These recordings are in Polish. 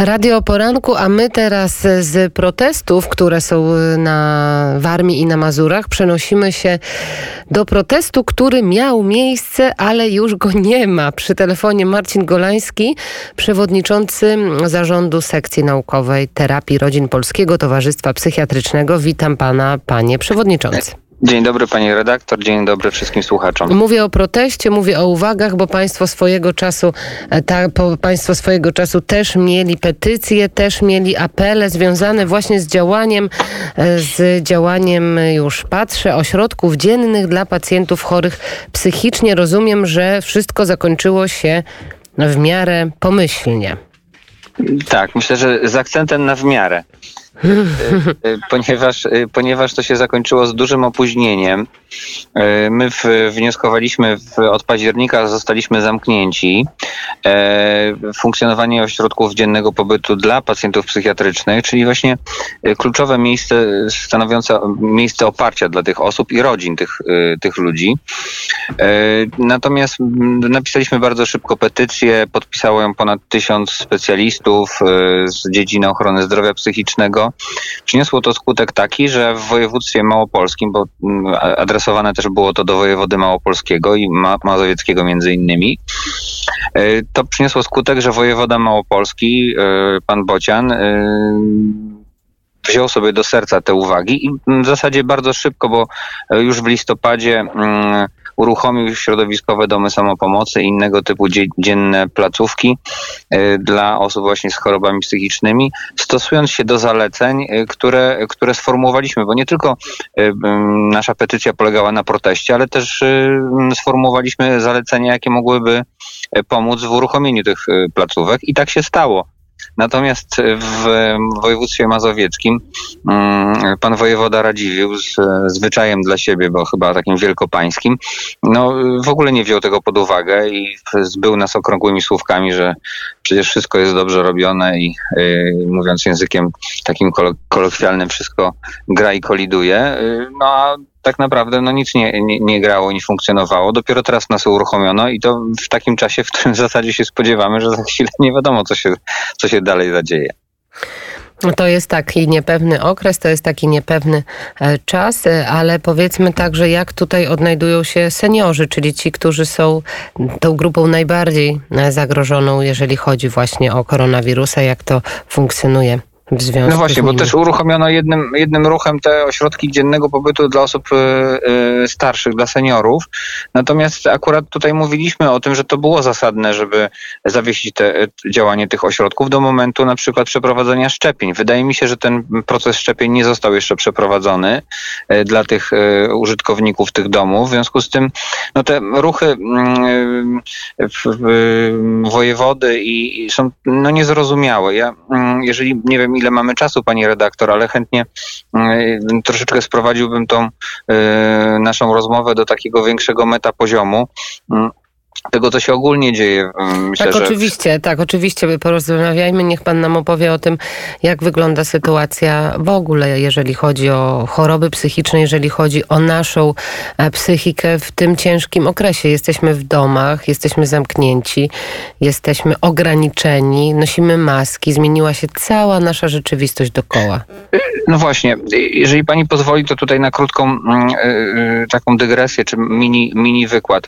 Radio o poranku, a my teraz z protestów, które są na Warmii i na Mazurach, przenosimy się do protestu, który miał miejsce, ale już go nie ma. Przy telefonie Marcin Golański, przewodniczący zarządu sekcji naukowej terapii rodzin Polskiego Towarzystwa Psychiatrycznego. Witam pana, panie przewodniczący. Dzień dobry pani redaktor, dzień dobry wszystkim słuchaczom. Mówię o proteście, mówię o uwagach, bo państwo swojego czasu też mieli petycje, też mieli apele związane właśnie z działaniem, już patrzę, ośrodków dziennych dla pacjentów chorych psychicznie. Rozumiem, że wszystko zakończyło się w miarę pomyślnie. Tak, myślę, że z akcentem na w miarę. Ponieważ to się zakończyło z dużym opóźnieniem. My wnioskowaliśmy od października, zostaliśmy zamknięci. Funkcjonowanie ośrodków dziennego pobytu dla pacjentów psychiatrycznych, czyli właśnie kluczowe miejsce stanowiące miejsce oparcia dla tych osób i rodzin tych ludzi. Natomiast napisaliśmy bardzo szybko petycję, podpisało ją ponad 1000 specjalistów z dziedziny ochrony zdrowia psychicznego. Przyniosło to skutek taki, że w województwie małopolskim, bo adresowane też było to do wojewody małopolskiego i mazowieckiego między innymi, to przyniosło skutek, że wojewoda małopolski, pan Bocian, wziął sobie do serca te uwagi i w zasadzie bardzo szybko, bo już w listopadzie uruchomił środowiskowe domy samopomocy i innego typu dzienne placówki dla osób właśnie z chorobami psychicznymi, stosując się do zaleceń, które sformułowaliśmy, bo nie tylko nasza petycja polegała na proteście, ale też sformułowaliśmy zalecenia, jakie mogłyby pomóc w uruchomieniu tych placówek i tak się stało. Natomiast w województwie mazowieckim pan wojewoda Radziwiłł z zwyczajem dla siebie, bo chyba takim wielkopańskim, w ogóle nie wziął tego pod uwagę i zbył nas okrągłymi słówkami, że przecież wszystko jest dobrze robione i mówiąc językiem takim kolokwialnym, wszystko gra i koliduje. A tak naprawdę nic nie grało, nie funkcjonowało. Dopiero teraz nas uruchomiono i to w takim czasie, w którym w zasadzie się spodziewamy, że za chwilę nie wiadomo, co się dalej zadzieje. To jest taki niepewny okres, to jest taki niepewny czas, ale powiedzmy także, jak tutaj odnajdują się seniorzy, czyli ci, którzy są tą grupą najbardziej zagrożoną, jeżeli chodzi właśnie o koronawirusa, jak to funkcjonuje w związku właśnie, z nimi. bo też uruchomiono jednym ruchem te ośrodki dziennego pobytu dla osób starszych, dla seniorów. Natomiast akurat tutaj mówiliśmy o tym, że to było zasadne, żeby zawiesić działanie tych ośrodków do momentu na przykład przeprowadzenia szczepień. Wydaje mi się, że ten proces szczepień nie został jeszcze przeprowadzony dla tych użytkowników tych domów. W związku z tym te ruchy wojewody i są niezrozumiałe. Jeżeli nie wiem, ile mamy czasu, pani redaktor, ale chętnie troszeczkę sprowadziłbym tą naszą rozmowę do takiego większego metapoziomu tego, co się ogólnie dzieje. Myślę, oczywiście. Porozmawiajmy. Niech pan nam opowie o tym, jak wygląda sytuacja w ogóle, jeżeli chodzi o choroby psychiczne, jeżeli chodzi o naszą psychikę w tym ciężkim okresie. Jesteśmy w domach, jesteśmy zamknięci, jesteśmy ograniczeni, nosimy maski, zmieniła się cała nasza rzeczywistość dookoła. No właśnie, jeżeli pani pozwoli, to tutaj na krótką taką dygresję, czy mini wykład.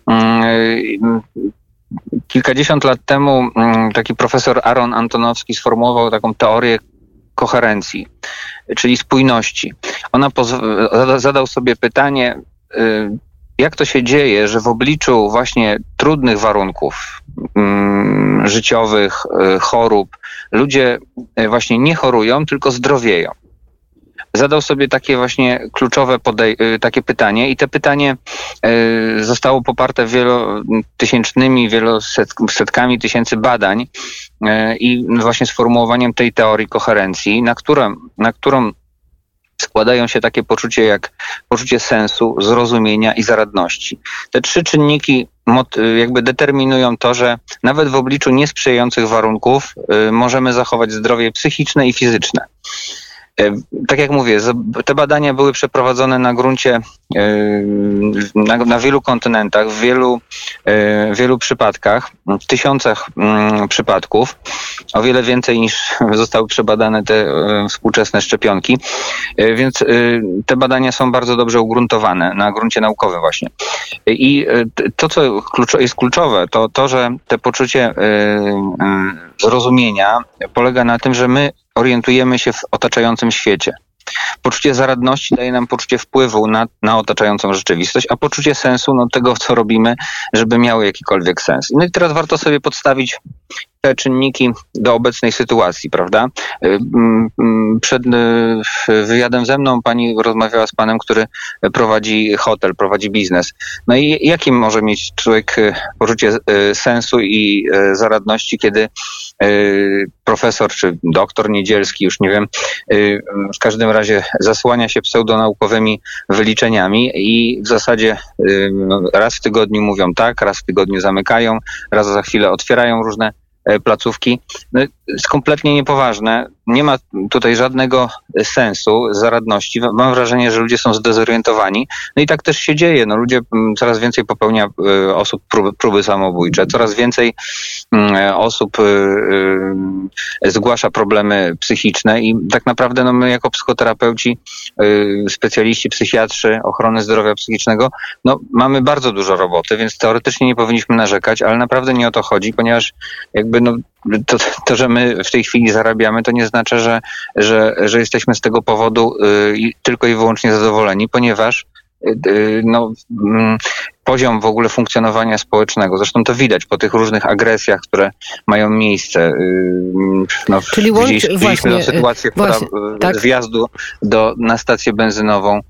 Kilkadziesiąt lat temu taki profesor Aaron Antonowski sformułował taką teorię koherencji, czyli spójności. Zadał sobie pytanie, jak to się dzieje, że w obliczu właśnie trudnych warunków życiowych, chorób, ludzie właśnie nie chorują, tylko zdrowieją. Zadał sobie takie właśnie kluczowe takie pytanie i to pytanie zostało poparte wielosetkami tysięcy badań i właśnie sformułowaniem tej teorii koherencji, na którą składają się takie poczucie jak poczucie sensu, zrozumienia i zaradności. Te 3 czynniki jakby determinują to, że nawet w obliczu niesprzyjających warunków możemy zachować zdrowie psychiczne i fizyczne. Tak jak mówię, te badania były przeprowadzone na gruncie, na wielu kontynentach, w wielu przypadkach, w tysiącach przypadków, o wiele więcej niż zostały przebadane te współczesne szczepionki, więc te badania są bardzo dobrze ugruntowane na gruncie naukowym właśnie. I to, co jest kluczowe, to że te poczucie zrozumienia polega na tym, że my orientujemy się w otaczającym świecie. Poczucie zaradności daje nam poczucie wpływu na otaczającą rzeczywistość, a poczucie sensu, tego, co robimy, żeby miało jakikolwiek sens. No i teraz warto sobie podstawić te czynniki do obecnej sytuacji, prawda? Przed wywiadem ze mną pani rozmawiała z panem, który prowadzi hotel, prowadzi biznes. No i jakim może mieć człowiek poczucie sensu i zaradności, kiedy profesor czy doktor Niedzielski, już nie wiem, w każdym razie zasłania się pseudonaukowymi wyliczeniami i w zasadzie raz w tygodniu mówią tak, raz w tygodniu zamykają, raz za chwilę otwierają różne placówki. Jest kompletnie niepoważne. Nie ma tutaj żadnego sensu, zaradności. Mam wrażenie, że ludzie są zdezorientowani. No i tak też się dzieje. Ludzie coraz więcej popełnia osób próby samobójcze. Coraz więcej osób zgłasza problemy psychiczne i tak naprawdę my jako psychoterapeuci, specjaliści, psychiatrzy ochrony zdrowia psychicznego, mamy bardzo dużo roboty, więc teoretycznie nie powinniśmy narzekać, ale naprawdę nie o to chodzi, ponieważ to, że my w tej chwili zarabiamy, to nie znaczy, że jesteśmy z tego powodu tylko i wyłącznie zadowoleni, ponieważ poziom w ogóle funkcjonowania społecznego, zresztą to widać po tych różnych agresjach, które mają miejsce. Czyli widzieliśmy sytuację z wjazdu na stację benzynową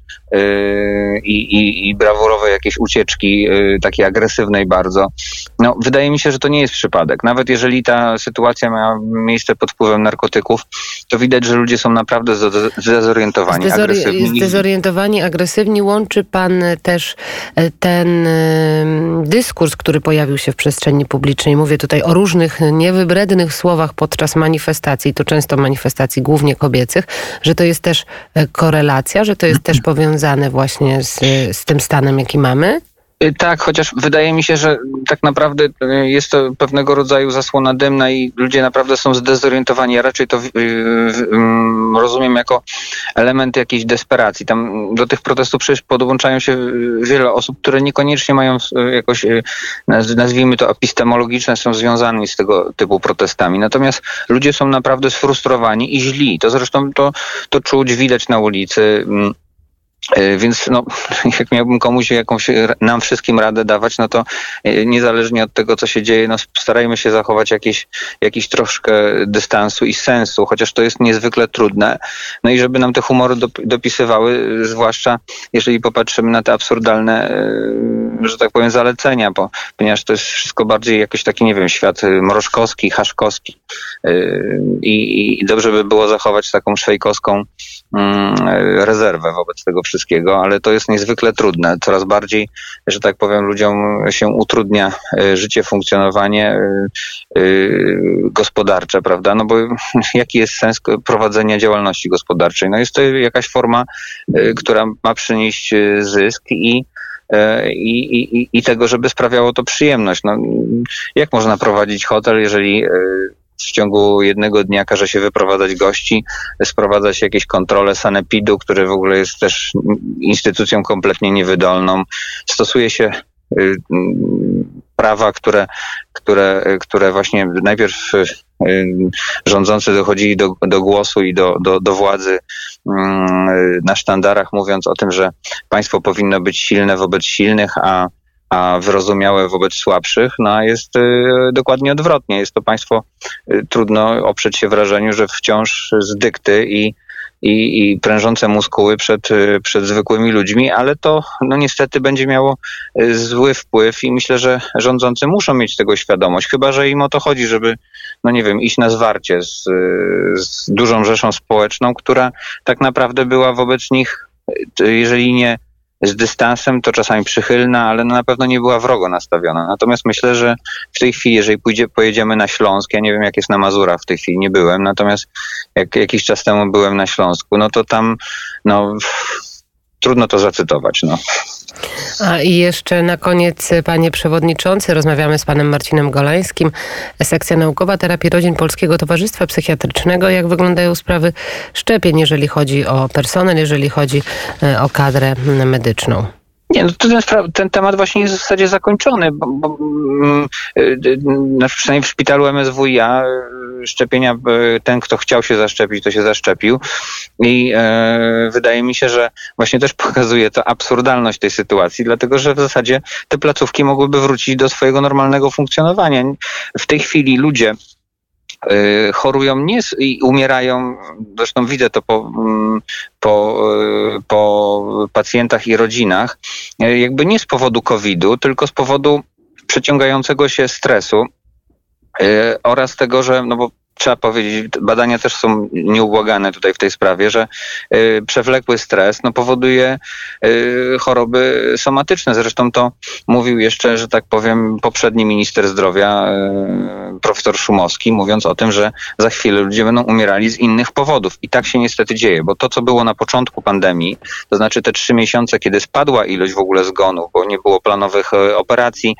i brawurowe jakieś ucieczki, takiej agresywnej bardzo. Wydaje mi się, że to nie jest przypadek. Nawet jeżeli ta sytuacja miała miejsce pod wpływem narkotyków, to widać, że ludzie są naprawdę zdezorientowani, agresywni. Zdezorientowani, agresywni. Łączy pan też ten dyskurs, który pojawił się w przestrzeni publicznej. Mówię tutaj o różnych niewybrednych słowach podczas manifestacji, to często manifestacji głównie kobiecych, że to jest też korelacja, że to jest też powiązane właśnie z tym stanem, jaki mamy? Tak, chociaż wydaje mi się, że tak naprawdę jest to pewnego rodzaju zasłona dymna i ludzie naprawdę są zdezorientowani. Ja raczej to rozumiem jako element jakiejś desperacji. Tam do tych protestów przecież podłączają się wiele osób, które niekoniecznie mają jakoś, nazwijmy to epistemologiczne, są związani z tego typu protestami. Natomiast ludzie są naprawdę sfrustrowani i źli. To zresztą to czuć, widać na ulicy. Więc jak miałbym komuś nam wszystkim radę dawać, to niezależnie od tego, co się dzieje, starajmy się zachować jakiś troszkę dystansu i sensu, chociaż to jest niezwykle trudne. I żeby nam te humory dopisywały, zwłaszcza jeżeli popatrzymy na te absurdalne, że tak powiem, zalecenia, ponieważ to jest wszystko bardziej jakiś taki, nie wiem, świat mrożkowski, haszkowski. I dobrze by było zachować taką szwejkowską rezerwę wobec tego wszystkiego, ale to jest niezwykle trudne. Coraz bardziej, że tak powiem, ludziom się utrudnia życie, funkcjonowanie gospodarcze, prawda? Bo jaki jest sens prowadzenia działalności gospodarczej? Jest to jakaś forma, która ma przynieść zysk i tego, żeby sprawiało to przyjemność. Jak można prowadzić hotel, jeżeli w ciągu jednego dnia każe się wyprowadzać gości, sprowadzać jakieś kontrole sanepidu, który w ogóle jest też instytucją kompletnie niewydolną. Stosuje się prawa, które właśnie najpierw rządzący dochodzili do głosu i do władzy na sztandarach, mówiąc o tym, że państwo powinno być silne wobec silnych, a wyrozumiałe wobec słabszych, a jest dokładnie odwrotnie. Jest to państwo, trudno oprzeć się wrażeniu, że wciąż z dykty i prężące muskuły przed zwykłymi ludźmi, ale to niestety będzie miało zły wpływ i myślę, że rządzący muszą mieć tego świadomość, chyba że im o to chodzi, żeby, nie wiem, iść na zwarcie z dużą rzeszą społeczną, która tak naprawdę była wobec nich, jeżeli nie z dystansem, to czasami przychylna, ale na pewno nie była wrogo nastawiona. Natomiast myślę, że w tej chwili, jeżeli pojedziemy na Śląsk, ja nie wiem jak jest na Mazurach w tej chwili, nie byłem, natomiast jak jakiś czas temu byłem na Śląsku, no to tam trudno to zacytować. A i jeszcze na koniec, panie przewodniczący, rozmawiamy z panem Marcinem Golańskim, sekcja naukowa terapii rodzin Polskiego Towarzystwa Psychiatrycznego. Jak wyglądają sprawy szczepień, jeżeli chodzi o personel, jeżeli chodzi o kadrę medyczną? Nie, ten temat właśnie jest w zasadzie zakończony, bo przynajmniej w szpitalu MSWiA szczepienia, ten kto chciał się zaszczepić, to się zaszczepił i wydaje mi się, że właśnie też pokazuje to absurdalność tej sytuacji, dlatego że w zasadzie te placówki mogłyby wrócić do swojego normalnego funkcjonowania. W tej chwili ludzie chorują i umierają, zresztą widzę to po pacjentach i rodzinach, jakby nie z powodu COVID-u, tylko z powodu przeciągającego się stresu oraz tego, że, bo trzeba powiedzieć, badania też są nieubłagane tutaj w tej sprawie, że przewlekły stres powoduje choroby somatyczne. Zresztą to mówił jeszcze, że tak powiem, poprzedni minister zdrowia, profesor Szumowski, mówiąc o tym, że za chwilę ludzie będą umierali z innych powodów. I tak się niestety dzieje, bo to, co było na początku pandemii, to znaczy te 3 miesiące, kiedy spadła ilość w ogóle zgonów, bo nie było planowych operacji,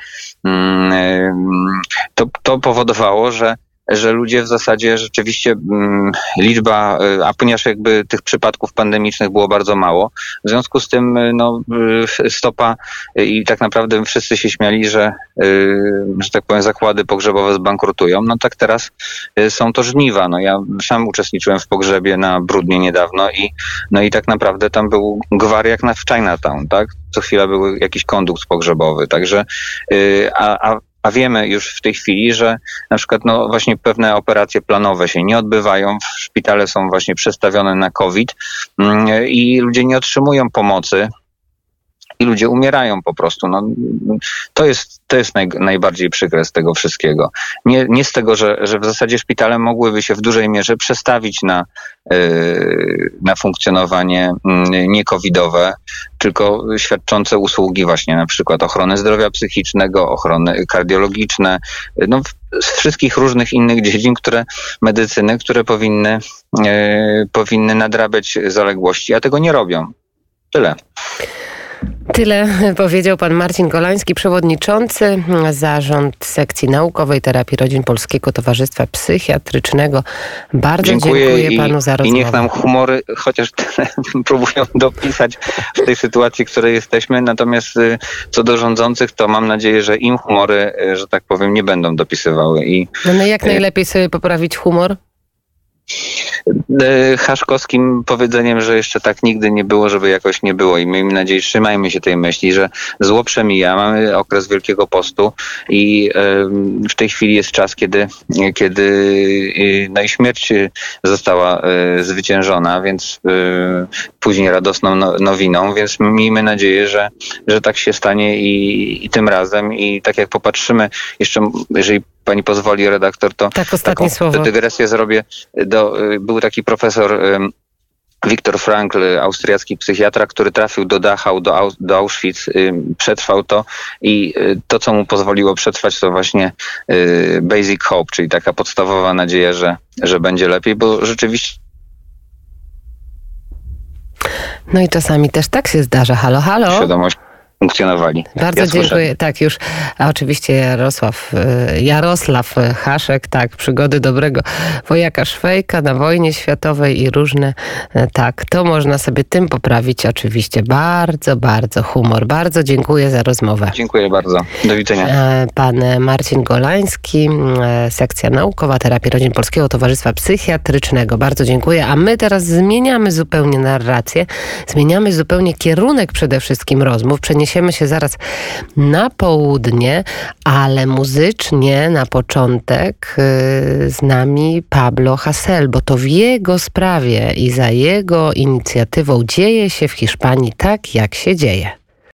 to powodowało, że ludzie w zasadzie rzeczywiście liczba, a ponieważ jakby tych przypadków pandemicznych było bardzo mało, w związku z tym stopa i tak naprawdę wszyscy się śmiali, że tak powiem zakłady pogrzebowe zbankrutują. Tak teraz są to żniwa. Ja sam uczestniczyłem w pogrzebie na Bródnie niedawno i tak naprawdę tam był gwar jak w Chinatown, tak? Co chwila był jakiś kondukt pogrzebowy, także a wiemy już w tej chwili, że na przykład właśnie pewne operacje planowe się nie odbywają, szpitale są właśnie przestawione na COVID i ludzie nie otrzymują pomocy i ludzie umierają po prostu. To jest najbardziej przykre z tego wszystkiego. Nie z tego, że w zasadzie szpitale mogłyby się w dużej mierze przestawić na funkcjonowanie nie-covidowe, tylko świadczące usługi właśnie na przykład ochrony zdrowia psychicznego, ochrony kardiologiczne, z wszystkich różnych innych dziedzin, medycyny, które powinny nadrabiać zaległości, a tego nie robią. Tyle. Tyle powiedział pan Marcin Golański, przewodniczący Zarząd Sekcji Naukowej Terapii Rodzin Polskiego Towarzystwa Psychiatrycznego. Bardzo dziękuję panu za rozmowę. I niech nam humory chociaż próbują dopisać w tej sytuacji, w której jesteśmy. Natomiast co do rządzących, to mam nadzieję, że im humory, że tak powiem, nie będą dopisywały. Jak najlepiej sobie poprawić humor? Haszkowskim powiedzeniem, że jeszcze tak nigdy nie było, żeby jakoś nie było i miejmy nadzieję, trzymajmy się tej myśli, że zło przemija, mamy okres Wielkiego Postu i w tej chwili jest czas, kiedy i śmierć została zwyciężona, więc później radosną nowiną, więc miejmy nadzieję, że tak się stanie i tym razem i tak jak popatrzymy jeszcze, jeżeli pani pozwoli, redaktor, to tak, ostatnie słowo. Dygresję zrobię. Był taki profesor Viktor Frankl, austriacki psychiatra, który trafił do Dachau, do Auschwitz, przetrwał to i to, co mu pozwoliło przetrwać, to właśnie basic hope, czyli taka podstawowa nadzieja, że będzie lepiej, bo rzeczywiście i czasami też tak się zdarza. Halo, halo. Świadomość funkcjonowali. Bardzo dziękuję. Tak, już. A oczywiście Jarosław Haszek, tak, przygody dobrego wojaka Szwejka na wojnie światowej i różne, tak, to można sobie tym poprawić oczywiście. Bardzo, bardzo humor. Bardzo dziękuję za rozmowę. Dziękuję bardzo. Do widzenia. Pan Marcin Golański, sekcja naukowa terapii rodzin Polskiego Towarzystwa Psychiatrycznego. Bardzo dziękuję. A my teraz zmieniamy zupełnie narrację, zmieniamy zupełnie kierunek przede wszystkim rozmów. Przeniesiemy się zaraz na południe, ale muzycznie na początek z nami Pablo Hasél, bo to w jego sprawie i za jego inicjatywą dzieje się w Hiszpanii tak, jak się dzieje.